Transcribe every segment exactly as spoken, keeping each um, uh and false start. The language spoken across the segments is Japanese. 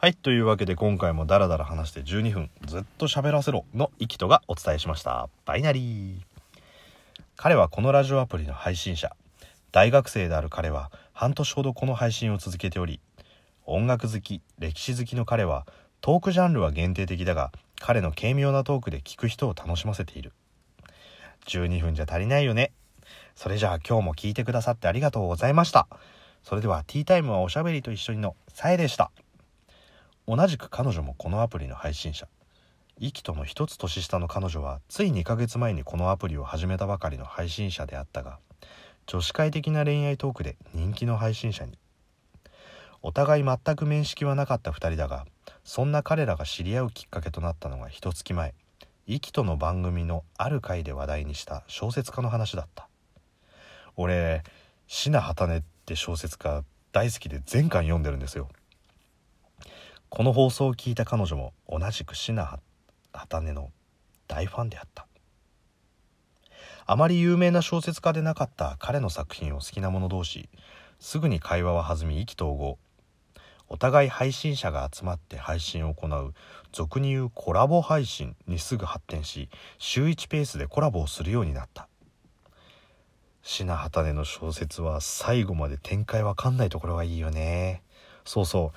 はい、というわけで今回もダラダラ話してじゅうにふんずっと喋らせろのイキトがお伝えしました。バイナリー。彼はこのラジオアプリの配信者。大学生である彼は半年ほどこの配信を続けており、音楽好き、歴史好きの彼はトークジャンルは限定的だが、彼の軽妙なトークで聞く人を楽しませている。じゅうにふんじゃ足りないよね。それじゃあ今日も聞いてくださってありがとうございました。それではティータイムはおしゃべりと一緒にのさえでした。同じく彼女もこのアプリの配信者。イキトの一つ年下の彼女はついにかげつまえにこのアプリを始めたばかりの配信者であったが、女子会的な恋愛トークで人気の配信者に。お互い全く面識はなかったふたりだが、そんな彼らが知り合うきっかけとなったのがひとつきまえ、イキトの番組のある回で話題にした小説家の話だった。俺、シナハタネって小説家大好きで全巻読んでるんですよ。この放送を聞いた彼女も同じくシナハタネの大ファンであった。あまり有名な小説家でなかった彼の作品を好きな者同士、すぐに会話は弾み意気投合。お互い配信者が集まって配信を行う、俗に言うコラボ配信にすぐ発展し、週いちペースでコラボをするようになった。シナハタネの小説は最後まで展開わかんないところがいいよね。そうそう、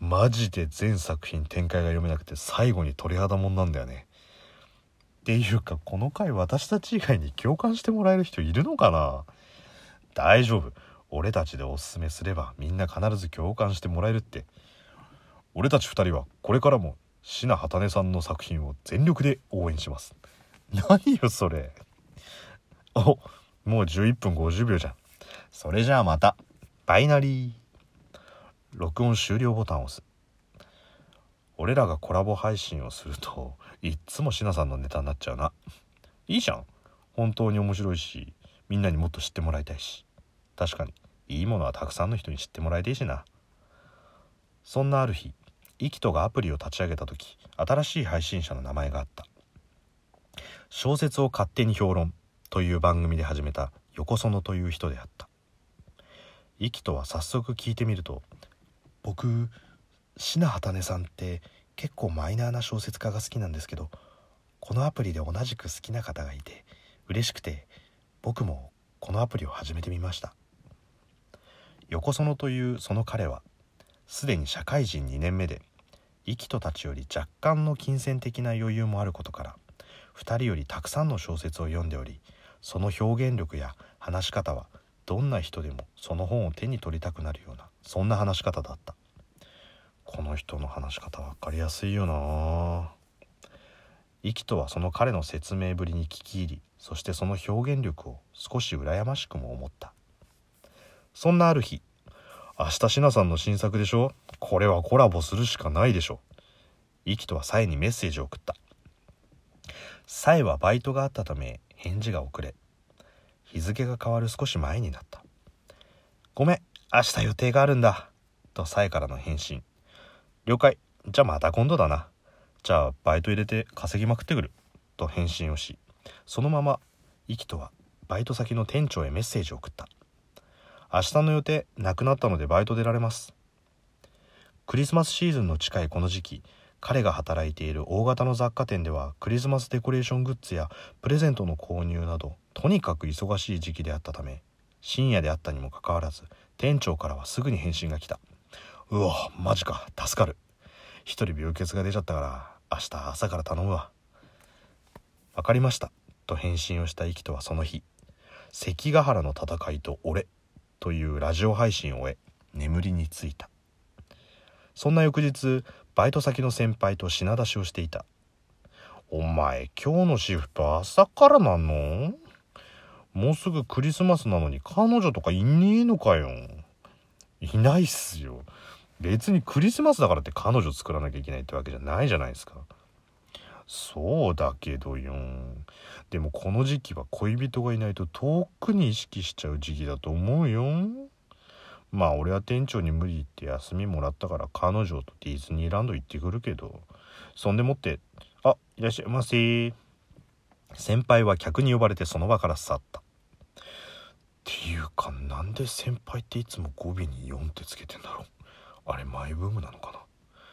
マジで全作品展開が読めなくて最後に鳥肌もんなんだよね。っていうか、この回私たち以外に共感してもらえる人いるのかな。大丈夫、俺たちでおすすめすればみんな必ず共感してもらえるって。俺たち二人はこれからもシナハタネさんの作品を全力で応援します。何よそれ。お、もうじゅういっぷんごじゅうびょうじゃん。それじゃあまた。バイナリー。録音終了ボタンを押す。俺らがコラボ配信をするといっつもシナさんのネタになっちゃうな。いいじゃん、本当に面白いし、みんなにもっと知ってもらいたいし、確かにいいものはたくさんの人に知ってもらいたいしな。そんなある日、イキトがアプリを立ち上げた時、新しい配信者の名前があった。小説を勝手に評論という番組で始めた横園という人であった。イキトは早速聞いてみると、僕、シナハタネさんって結構マイナーな小説家が好きなんですけど、このアプリで同じく好きな方がいて嬉しくて、僕もこのアプリを始めてみました。横園というその彼はすでに社会人にねんめで、イキトたちより若干の金銭的な余裕もあることから、ふたりよりたくさんの小説を読んでおり、その表現力や話し方はどんな人でもその本を手に取りたくなるような、そんな話し方だった。この人の話し方わかりやすいよな。イキトはその彼の説明ぶりに聞き入り、そしてその表現力を少し羨ましくも思った。そんなある日、明日シナさんの新作でしょ、これはコラボするしかないでしょ。イキトはサエにメッセージを送った。サエはバイトがあったため返事が遅れ、日付が変わる少し前になった。ごめん、明日予定があるんだとサエからの返信。了解、じゃあまた今度だな。じゃあバイト入れて稼ぎまくってくると返信をし、そのままイキトはバイト先の店長へメッセージを送った。明日の予定なくなったのでバイト出られます。クリスマスシーズンの近いこの時期、彼が働いている大型の雑貨店ではクリスマスデコレーショングッズやプレゼントの購入など、とにかく忙しい時期であったため、深夜であったにもかかわらず店長からはすぐに返信が来た。うわ、マジか、助かる。一人病欠が出ちゃったから明日朝から頼むわ。わかりましたと返信をしたイキトはその日、関ヶ原の戦いと俺というラジオ配信を終え、眠りについた。そんな翌日、バイト先の先輩と品出しをしていた。お前、今日のシフト朝からなの？もうすぐクリスマスなのに彼女とかいねえのかよ。いないっすよ。別にクリスマスだからって彼女作らなきゃいけないってわけじゃないじゃないですか。そうだけどよ。でもこの時期は恋人がいないと遠くに意識しちゃう時期だと思うよ。まあ俺は店長に無理言って休みもらったから彼女とディズニーランド行ってくるけど、そんでもって、あ、いらっしゃいませ。先輩は客に呼ばれてその場から去った。っていうか、なんで先輩っていつも語尾によんってつけてんだろう。あれマイブームなのかな。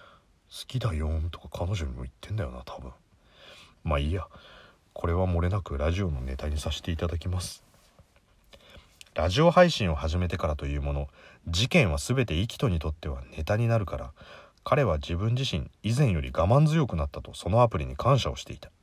きだよんとか彼女にも言ってんだよな多分。まあいいや、これは漏れなくラジオのネタにさせていただきます。ラジオ配信を始めてからというもの、事件は全てイキトにとってはネタになるから、彼は自分自身以前より我慢強くなったとそのアプリに感謝をしていた。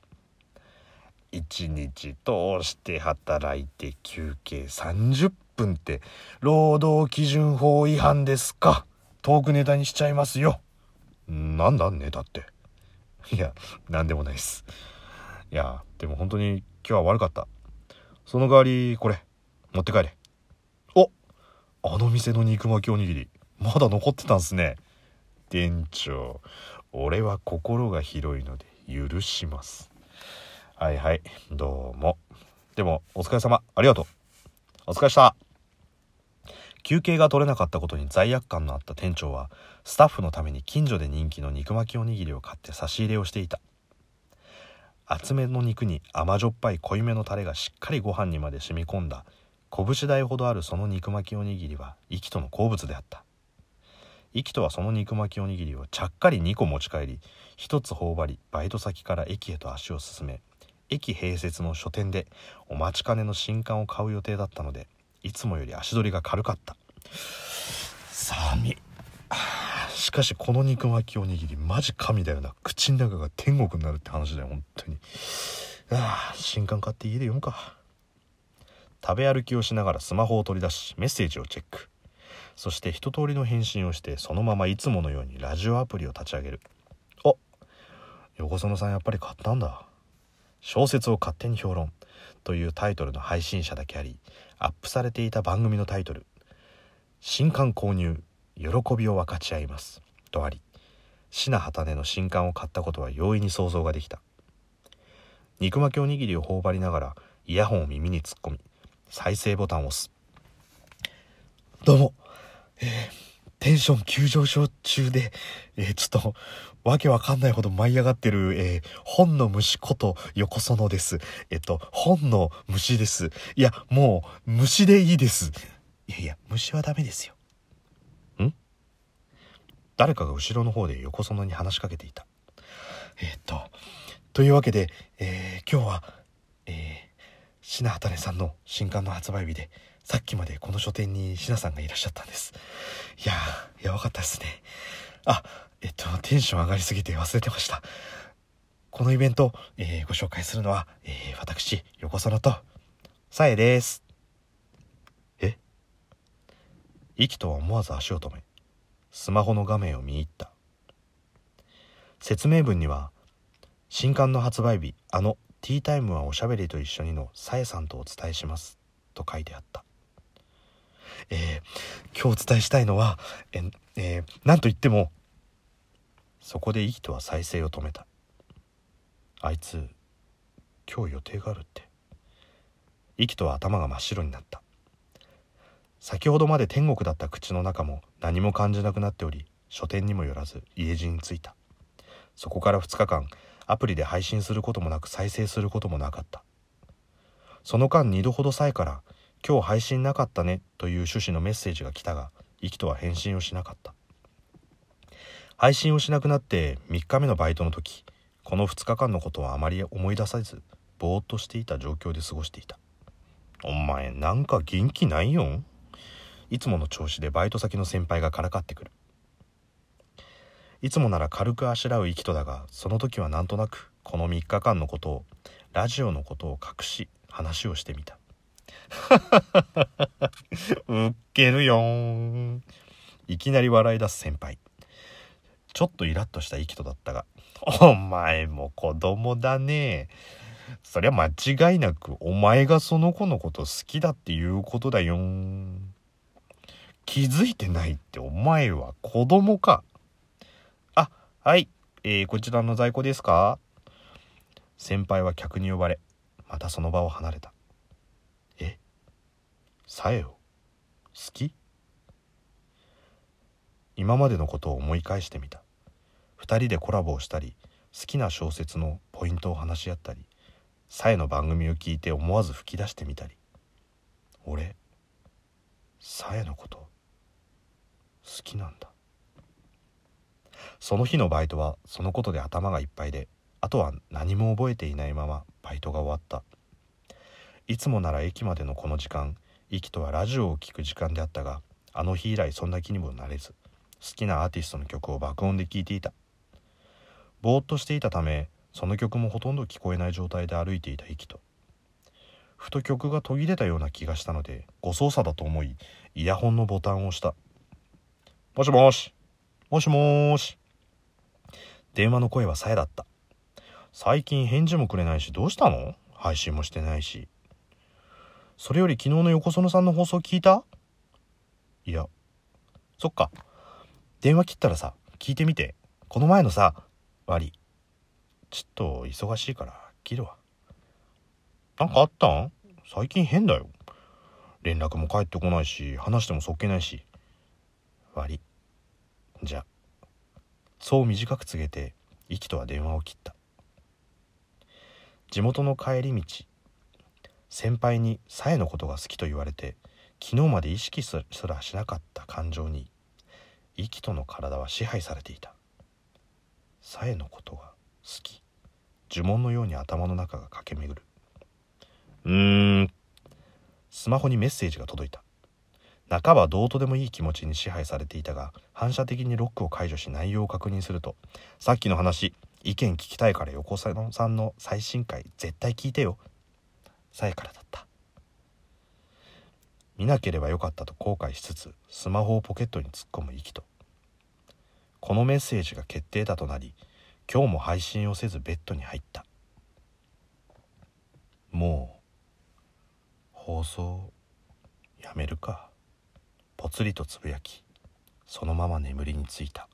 一日通して働いて休憩さんじゅっぷんって労働基準法違反ですか。トークネタにしちゃいますよ。なんだネタって。いや、なんでもないです。いやでも本当に今日は悪かった。その代わりこれ持って帰れ。お、あの店の肉巻きおにぎりまだ残ってたんすね。店長、俺は心が広いので許します。はいはい、どうも。でもお疲れ様、ありがとう。お疲れした。休憩が取れなかったことに罪悪感のあった店長は、スタッフのために近所で人気の肉巻きおにぎりを買って差し入れをしていた。厚めの肉に甘じょっぱい濃いめのタレがしっかりご飯にまで染み込んだ拳大ほどあるその肉巻きおにぎりはイキトの好物であった。イキトはその肉巻きおにぎりをちゃっかりにこ持ち帰り、一つ頬張りバイト先から駅へと足を進め、駅併設の書店でお待ちかねの新刊を買う予定だったので、いつもより足取りが軽かった。寒い。しかしこの肉巻きおにぎりマジ神だよな。口の中が天国になるって話だよ本当に。ああ、新刊買って家で読むか。食べ歩きをしながらスマホを取り出しメッセージをチェック。そして一通りの返信をしてそのままいつものようにラジオアプリを立ち上げる。お、横園さんやっぱり買ったんだ。小説を勝手に評論というタイトルの配信者だけあり、アップされていた番組のタイトル、新刊購入喜びを分かち合いますとあり、品旗根の新刊を買ったことは容易に想像ができた。肉巻きおにぎりを頬張りながらイヤホンを耳に突っ込み再生ボタンを押す。どうも、えー、テンション急上昇中で、えー、ちょっとわけわかんないほど舞い上がってる、えー、本の虫こと横園です。えっと本の虫です。いやもう虫でいいです。いやいや虫はダメですよ。ん？誰かが後ろの方で横園に話しかけていた。えー、っとというわけで、えー、今日は、えー、品畑根さんの新刊の発売日で、さっきまでこの書店に品さんがいらっしゃったんです。いやー、やばかったですね。あ、えっとテンション上がりすぎて忘れてました。このイベント、えー、ご紹介するのは、えー、私横園とさえです。え？イキとは思わず足を止め、スマホの画面を見入った。説明文には、新刊の発売日、あのティータイムはおしゃべりと一緒にのさえさんとお伝えしますと書いてあった。えー、今日お伝えしたいのは、えーえー、なんといっても、そこでイキとは再生を止めた。あいつ今日予定があるって。イキとは頭が真っ白になった。先ほどまで天国だった口の中も何も感じなくなっており、書店にも寄らず家路に着いた。そこからふつかかんアプリで配信することもなく再生することもなかった。その間にどほどさえから今日配信なかったねという趣旨のメッセージが来たが、イキとは返信をしなかった。配信をしなくなってみっかめのバイトの時、このふつかかんのことはあまり思い出さずぼーっとしていた状況で過ごしていた。お前なんか元気ないよん。いつもの調子でバイト先の先輩がからかってくる。いつもなら軽くあしらうイキとだが、その時はなんとなくこのみっかかんのことを、ラジオのことを隠し話をしてみた。うっけるよん。いきなり笑い出す先輩。ちょっとイラッとしたイキとだったが、お前も子供だね。そりゃ間違いなくお前がその子のこと好きだっていうことだよん。気づいてないってお前は子供か。あ、はい、えー、こちらの在庫ですか？先輩は客に呼ばれ、またその場を離れた。え？さえを好き？今までのことを思い返してみた。二人でコラボをしたり、好きな小説のポイントを話し合ったり、さえの番組を聞いて思わず吹き出してみたり。俺、さえのこと好きなんだ。 その日のバイトはそのことで頭がいっぱいで、あとは何も覚えていないままバイトが終わった。いつもなら駅までのこの時間、イキとはラジオを聴く時間であったが、あの日以来そんな気にもなれず、好きなアーティストの曲を爆音で聴いていた。ぼーっとしていたため、その曲もほとんど聞こえない状態で歩いていたイキと、ふと曲が途切れたような気がしたので、誤操作だと思いイヤホンのボタンを押した。もしもし、もしもーし。電話の声はさえだった。最近返事もくれないし、どうしたの？配信もしてないし。それより昨日の横園さんの放送聞いた？いや、そっか。電話切ったらさ、聞いてみて。この前のさ、悪い。ちょっと忙しいから切るわ。なんかあったん？最近変だよ。連絡も返ってこないし、話してもそっけないし。悪い。じゃあ。そう短く告げて、イキとは電話を切った。地元の帰り道、先輩にサエのことが好きと言われて、昨日まで意識すらしなかった感情に、イキとの体は支配されていた。サエのことが好き。呪文のように頭の中が駆け巡る。うーん。スマホにメッセージが届いた。半ばどうとでもいい気持ちに支配されていたが、反射的にロックを解除し内容を確認すると、さっきの話、意見聞きたいから横澤さんの最新回絶対聞いてよ。さえからだった。見なければよかったと後悔しつつ、スマホをポケットに突っ込むイキと。このメッセージが決定打となり、今日も配信をせずベッドに入った。もう放送やめるか。ぽつりとつぶやき、そのまま眠りについた。